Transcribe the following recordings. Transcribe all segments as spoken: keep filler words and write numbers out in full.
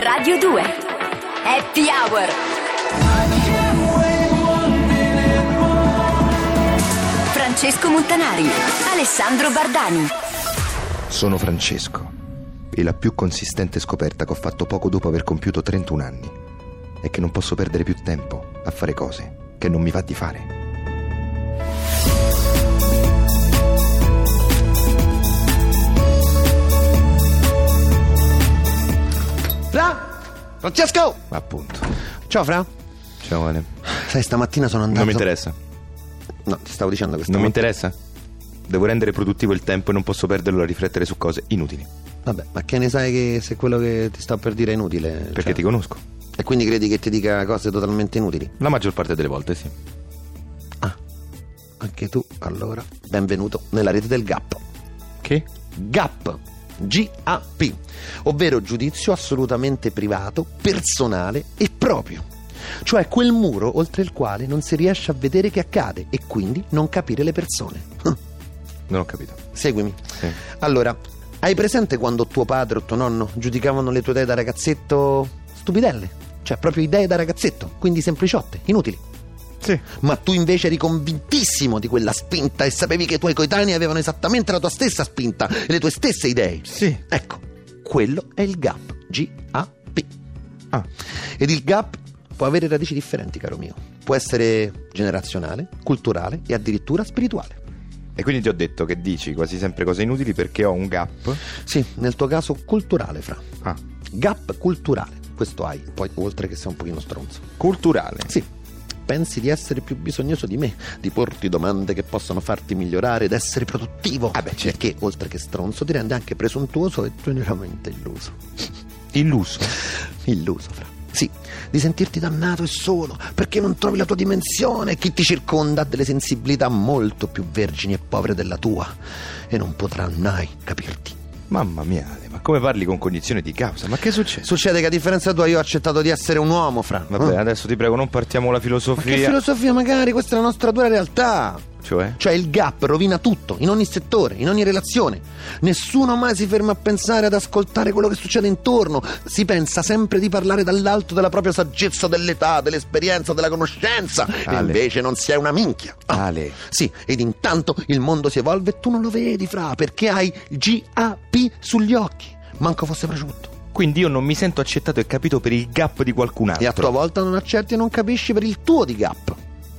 Radio due Happy Hour. Francesco Montanari, Alessandro Bardani. Sono Francesco e la più consistente scoperta che ho fatto poco dopo aver compiuto trentuno anni è che non posso perdere più tempo a fare cose che non mi va di fare. Fra? Francesco! Appunto. Ciao Fra. Ciao Ale. Sai, stamattina sono andato... Non mi interessa. No, ti stavo dicendo questa Non mi mattina... interessa. Devo rendere produttivo il tempo e non posso perderlo a riflettere su cose inutili. Vabbè, ma che ne sai che se quello che ti sto per dire è inutile? Perché cioè... ti conosco. E quindi credi che ti dica cose totalmente inutili? La maggior parte delle volte sì. Ah, anche tu, allora. Benvenuto nella rete del Gap. Che? Gap. G A P, ovvero giudizio assolutamente privato, personale e proprio. Cioè quel muro oltre il quale non si riesce a vedere che accade e quindi non capire le persone. Non ho capito. Seguimi. Sì. Allora, hai presente quando tuo padre o tuo nonno giudicavano le tue idee da ragazzetto stupidelle? Cioè proprio idee da ragazzetto, quindi sempliciotte, inutili. Sì. Ma tu invece eri convintissimo di quella spinta e sapevi che i tuoi coetanei avevano esattamente la tua stessa spinta e le tue stesse idee. Sì. Ecco, quello è il gap. G A P. Ah. Ed il gap può avere radici differenti, caro mio. Può essere generazionale, culturale e addirittura spirituale. E quindi ti ho detto che dici quasi sempre cose inutili perché ho un gap. Sì, nel tuo caso culturale, Fra. Ah. Gap culturale, questo hai. Poi oltre che sei un pochino stronzo. Culturale? Sì. Pensi di essere più bisognoso di me, di porti domande che possono farti migliorare ed essere produttivo. Ah beh, certo. Perché oltre che stronzo ti rende anche presuntuoso e generalmente illuso. Illuso? Illuso, Fra. Sì, di sentirti dannato e solo perché non trovi la tua dimensione e chi ti circonda ha delle sensibilità molto più vergini e povere della tua e non potrà mai capirti. Mamma mia Ale, ma come parli con cognizione di causa? Ma che succede? Succede che a differenza tua io ho accettato di essere un uomo, Fra. Vabbè, eh? adesso ti prego non partiamo la Ma filosofia. che filosofia magari, questa è la nostra dura realtà. Cioè? Cioè il gap rovina tutto, in ogni settore, in ogni relazione. Nessuno mai si ferma a pensare, ad ascoltare quello che succede intorno. Si pensa sempre di parlare dall'alto della propria saggezza, dell'età, dell'esperienza, della conoscenza. Ale. E invece non si è una minchia. Ah, Ale. sì, ed intanto il mondo si evolve e tu non lo vedi, Fra, perché hai G A P sugli occhi. Manco fosse prosciutto. Quindi io non mi sento accettato e capito per il gap di qualcun altro. E a tua volta non accetti e non capisci per il tuo di gap.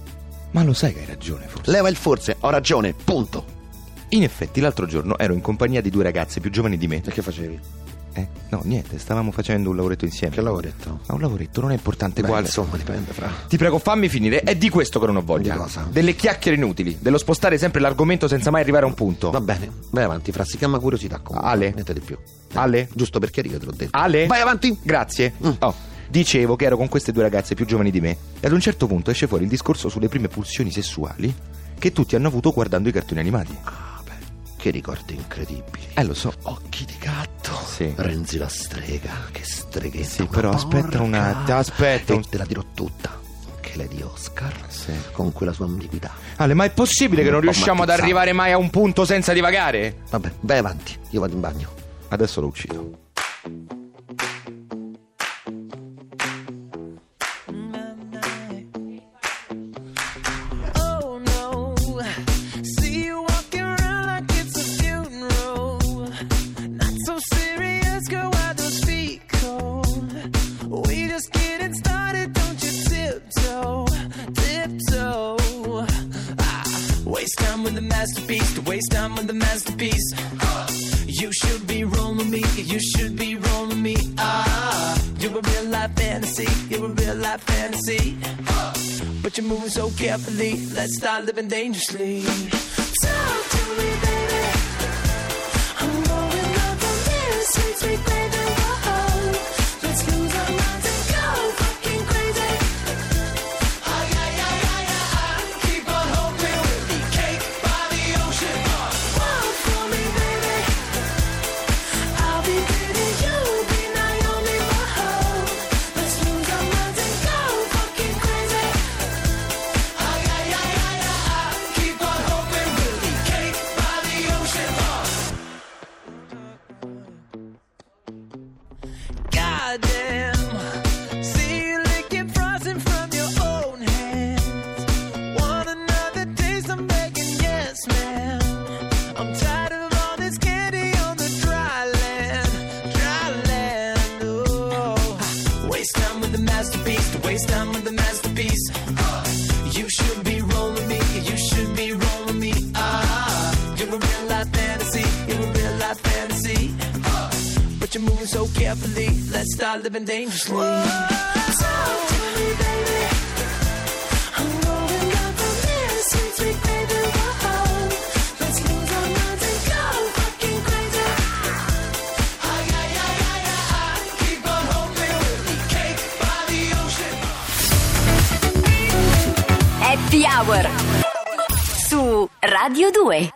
Ma lo sai che hai ragione forse. Leva il forse, ho ragione, punto. In effetti l'altro giorno ero in compagnia di due ragazze più giovani di me. E che facevi? Eh? No, niente, stavamo facendo un lavoretto insieme. Che lavoretto? Ma un lavoretto non è importante. Beh, quale. insomma, dipende, Fra. Ti prego, fammi finire. È di questo che non ho voglia. Di cosa? Delle chiacchiere inutili, dello spostare sempre l'argomento senza mai arrivare a un punto. Va bene, vai avanti, Fra, si chiama curiosità comunque. Ale. Niente di più. Eh, Ale. Giusto per chiarire, te l'ho detto. Ale. Vai avanti. Grazie. Mm. Oh, dicevo che ero con queste due ragazze più giovani di me e ad un certo punto esce fuori il discorso sulle prime pulsioni sessuali che tutti hanno avuto guardando i cartoni animati. Ah, beh, che ricordi incredibili. Eh, lo so. Occhi di gatto. Sì. Renzi la strega, che streghetta. Sì, una però aspetta porca. un attimo, aspetta E un- te la dirò tutta. Che Lady Oscar. Sì. Con quella sua ambiguità. Ale, ma è possibile che non Un po' riusciamo ad mattizzato. arrivare mai a un punto senza divagare? Vabbè, vai avanti, io vado in bagno. Adesso lo uccido. Oh no, see you walking around like it's a funeral. Not so serious, girl, why don't speak cold? We just getting started, don't you tiptoe, tiptoe. Ah, waste time with the masterpiece, to waste time with the masterpiece. You should be rolling me, you should be rolling me. Ah, you're a real life fantasy, you're a real life fantasy. But you're moving so carefully, let's start living dangerously. Talk to me, baby. I'm going up on this sweet, sweet baby. Whoa, let's lose our minds and go fucking crazy. Ay, ay, ay, ay, ay, keep on hoping we'll be cake by the ocean. Walk for me, baby. I'll be pretty, you'll be Naomi. Whoa, let's lose our minds and go fucking crazy. Ay, ay, ay, ay, ay, keep on hoping we'll be cake by the goddamn. See you licking frosting from your own hands. Want another taste? I'm begging, yes, ma'am. I'm tired of all this candy on the dry land, dry land. Oh, waste time with the masterpiece, to waste time with the masterpiece. You should be rolling me, you should be rolling me. Ah, you're a real life fantasy, you're a real life fantasy. But you're moving so carefully, let's start living dangerously. Talk to me, baby. I'm rolling up from here, sweet, sweet baby. Whoa. Let's lose our minds and go fucking crazy. Ay, ay, ay, ay, ay. Keep on hoping we'll be cake by the ocean. Happy Hour su Radio due.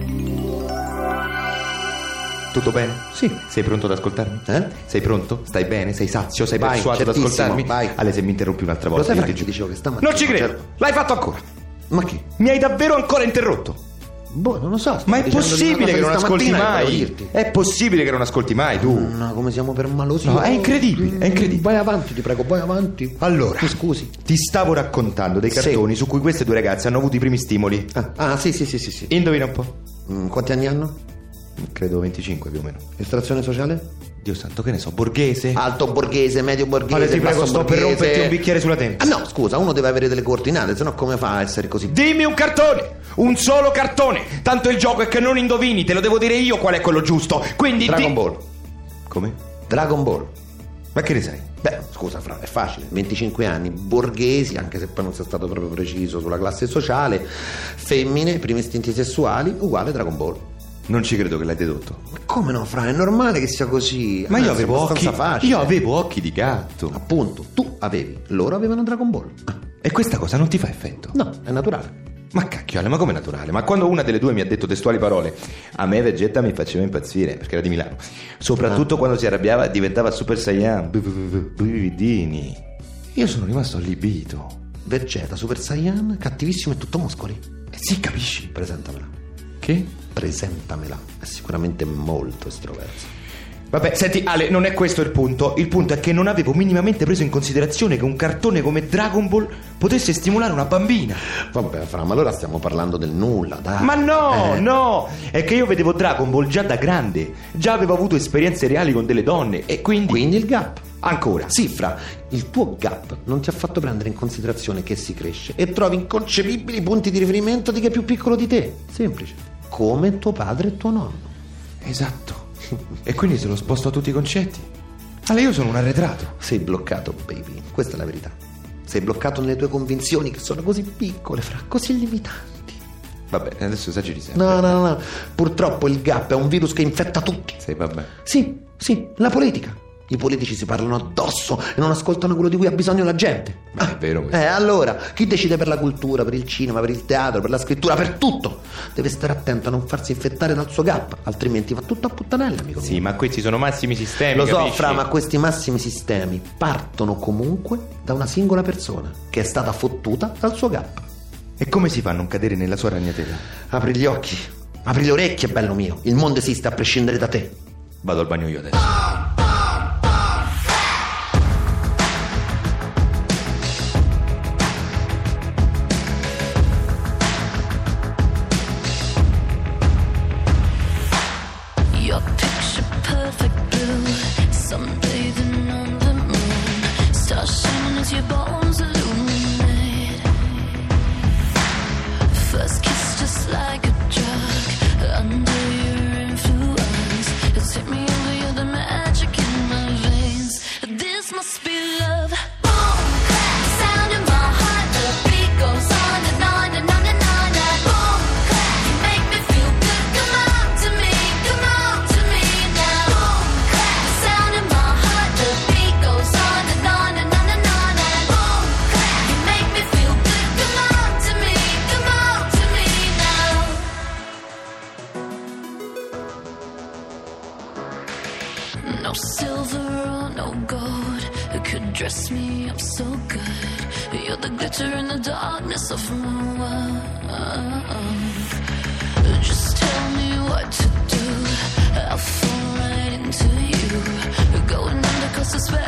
Tutto bene? Sì. Sei pronto ad ascoltarmi? Eh? Sei pronto? Stai bene? Sei sazio? Sei Vai, persuaso ad certissimo, ascoltarmi? vai. Ale, se mi interrompi un'altra volta, Lo sai, io Frank, ti ti giuro. dicevo che stamattina... Non ci credo! L'hai fatto ancora! Ma che? Mi hai davvero ancora interrotto! Boh, non lo so. Ma è possibile che non ascolti mai? Dirti. È possibile che non ascolti mai, tu? No, come siamo permalosi. No, è incredibile, è incredibile. Vai avanti, ti prego, vai avanti. Allora, Mi scusi. ti stavo raccontando dei Sì. cartoni su cui queste due ragazze hanno avuto i primi stimoli. Ah, ah, sì, sì, sì, sì, sì. Indovina un po'. Mm, quanti anni hanno? Credo venticinque più o meno. Estrazione sociale? Dio santo, che ne so, borghese? Alto borghese, medio borghese, Ale, ti prego, basso sto per borghese. romperti un bicchiere sulla tempia. Ah no, scusa, uno deve avere delle coordinate, sennò come fa a essere così? Dimmi un cartone! Un solo cartone! Tanto il gioco è che non indovini, te lo devo dire io qual è quello giusto. Quindi Dragon di- Ball. Come? Dragon Ball. Ma che ne sai? Beh, scusa Fra, è facile. venticinque anni, borghesi, anche se poi non sei stato proprio preciso sulla classe sociale, femmine, primi istinti sessuali, uguale Dragon Ball. Non ci credo che l'hai dedotto. Ma come no, Fra? È normale che sia così. Ma io Anzi, è avevo occhi. abbastanza facile. Io avevo occhi di gatto. Appunto, tu avevi, loro avevano Dragon Ball. Ah, E questa cosa non ti fa effetto? no, è naturale. Ma cacchio, Ale, ma come naturale? Ma quando una delle due mi ha detto testuali parole, a me Vegeta mi faceva impazzire, perché era di Milano. Soprattutto Ah. quando si arrabbiava diventava Super Saiyan. Bu- bu- bu- bu- Brividini. Io sono rimasto allibito. Vegeta, Super Saiyan, cattivissimo e tutto muscoli. Eh sì, capisci? Presentamela. Che? Presentamela. È sicuramente molto estroverso. Vabbè, senti Ale, non è questo il punto. Il punto è che non avevo minimamente preso in considerazione che un cartone come Dragon Ball potesse stimolare una bambina. Vabbè, Fra, ma allora stiamo parlando del nulla, dai. Ma no, Eh. no, è che io vedevo Dragon Ball già da grande. Già avevo avuto esperienze reali con delle donne e quindi... Quindi il gap. Ancora. Sì, Fra, il tuo gap non ti ha fatto prendere in considerazione che si cresce e trovi inconcepibili punti di riferimento di chi è più piccolo di te. Semplice. Come tuo padre e tuo nonno. Esatto. E quindi se lo sposto a tutti i concetti. Ale, io sono un arretrato. Sei bloccato, baby. Questa è la verità. Sei bloccato nelle tue convinzioni che sono così piccole, Fra, così limitanti. Vabbè, adesso esageri sempre. No, no, no. Purtroppo il gap è un virus che infetta tutti. Sì, vabbè. Sì, sì, la politica. I politici si parlano addosso e non ascoltano quello di cui ha bisogno la gente. Ma è vero questo. Eh, allora, chi decide per la cultura, per il cinema, per il teatro, per la scrittura, per tutto, deve stare attento a non farsi infettare dal suo gap, altrimenti va tutto a puttanella, amico mio. Sì, ma questi sono massimi sistemi, Lo so, capisci? Fra, ma questi massimi sistemi partono comunque da una singola persona che è stata fottuta dal suo gap. E come si fa a non cadere nella sua ragnatela? Apri gli occhi, apri le orecchie, bello mio. Il mondo esiste a prescindere da te. Vado al bagno io adesso. Your picture perfect blue, sunbathing on the moon, stars shining as your bones illuminate. First kiss just like a drug, under your influence, you take me over, you're the magic in my veins. This must be love. Boom, clap, sound in my heart, the beat goes on and on and on and on. And boom, clap, you make me feel good. Come on to me, come on to me now. Boom, clap, sound in my heart, the beat goes on and on and on and on. And boom, clap, you make me feel good. Come on to me, come on to me now. No silver or no gold could dress me up so good. You're the glitter in the darkness of my world. Just tell me what to do, I'll fall right into you. Going under 'cause I swear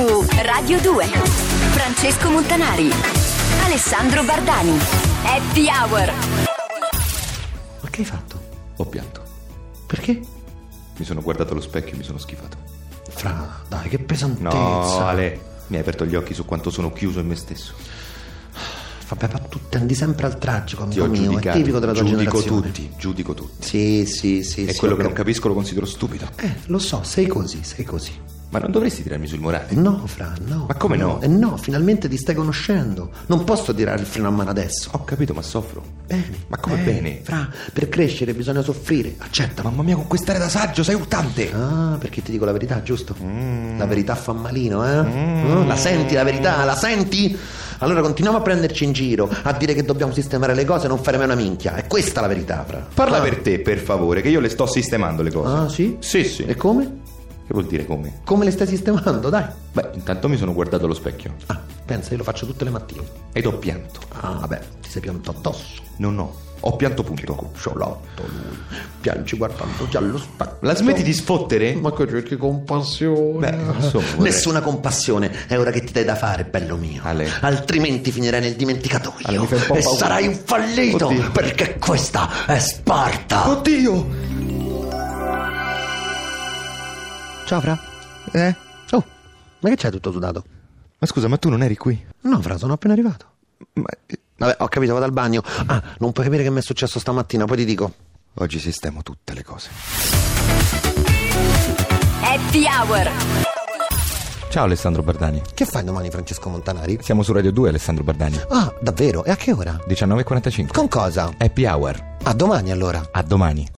su Radio due. Francesco Montanari, Alessandro Bardani. Happy Hour. Ma che hai fatto? Ho pianto. Perché? Mi sono guardato allo specchio e mi sono schifato. Fra, dai, che pesantezza. No, Ale, mi hai aperto gli occhi su quanto sono chiuso in me stesso. Vabbè, ma tu tendi sempre al tragico, Ti amico ho mio, giudicato. è tipico della tua Giudico generazione. tutti, giudico tutti. Sì, sì, sì. E sì, quello ho che non cap- capisco lo considero stupido. Eh, lo so, sei così, sei così. Ma non dovresti tirarmi sul morale? No, Fra, no. Ma come no? Eh no, finalmente ti stai conoscendo. Non posso tirare il freno a mano adesso. Ho capito, ma soffro. Bene. Ma come eh, bene? Fra, per crescere bisogna soffrire. Accetta. Mamma mia, con quest'aria da saggio, sei urtante. Ah, perché ti dico la verità, giusto? Mm. La verità fa malino, eh? Mm, La senti la verità? La senti? Allora continuiamo a prenderci in giro, a dire che dobbiamo sistemare le cose e non fare mai una minchia. È questa la verità, Fra. Parla Ah. per te, per favore, che io le sto sistemando le cose. Ah, sì? Sì, sì. E come? Che vuol dire come? Come le stai sistemando, dai? Beh, intanto mi sono guardato allo specchio Ah, pensa, io lo faccio tutte le mattine. ed ho pianto. Ah, vabbè, ti sei pianto addosso. No, no, ho pianto punto. Cucciolotto lui. Piangi guardando già allo specchio. La smetti di sfottere? Ma che, che compassione. Beh, insomma, vorrei- Nessuna compassione, è ora che ti dai da fare, bello mio. Ale. Altrimenti finirai nel dimenticatoio. Ale, mi fai un po' e paura. sarai un fallito. Oddio. Perché questa è Sparta. Oddio! Ciao, Fra. Eh? Oh, ma che c'hai tutto sudato? Ma scusa, ma tu non eri qui? No, Fra, sono appena arrivato. Ma Vabbè, ho capito, vado al bagno. Ah, non puoi capire che mi è successo stamattina, poi ti dico. oggi sistemo tutte le cose. Happy Hour. Ciao Alessandro Bardani. Che fai domani, Francesco Montanari? Siamo su Radio due, Alessandro Bardani. Ah, davvero? E a che ora? diciannove e quarantacinque. Con cosa? Happy Hour. A domani allora. A domani.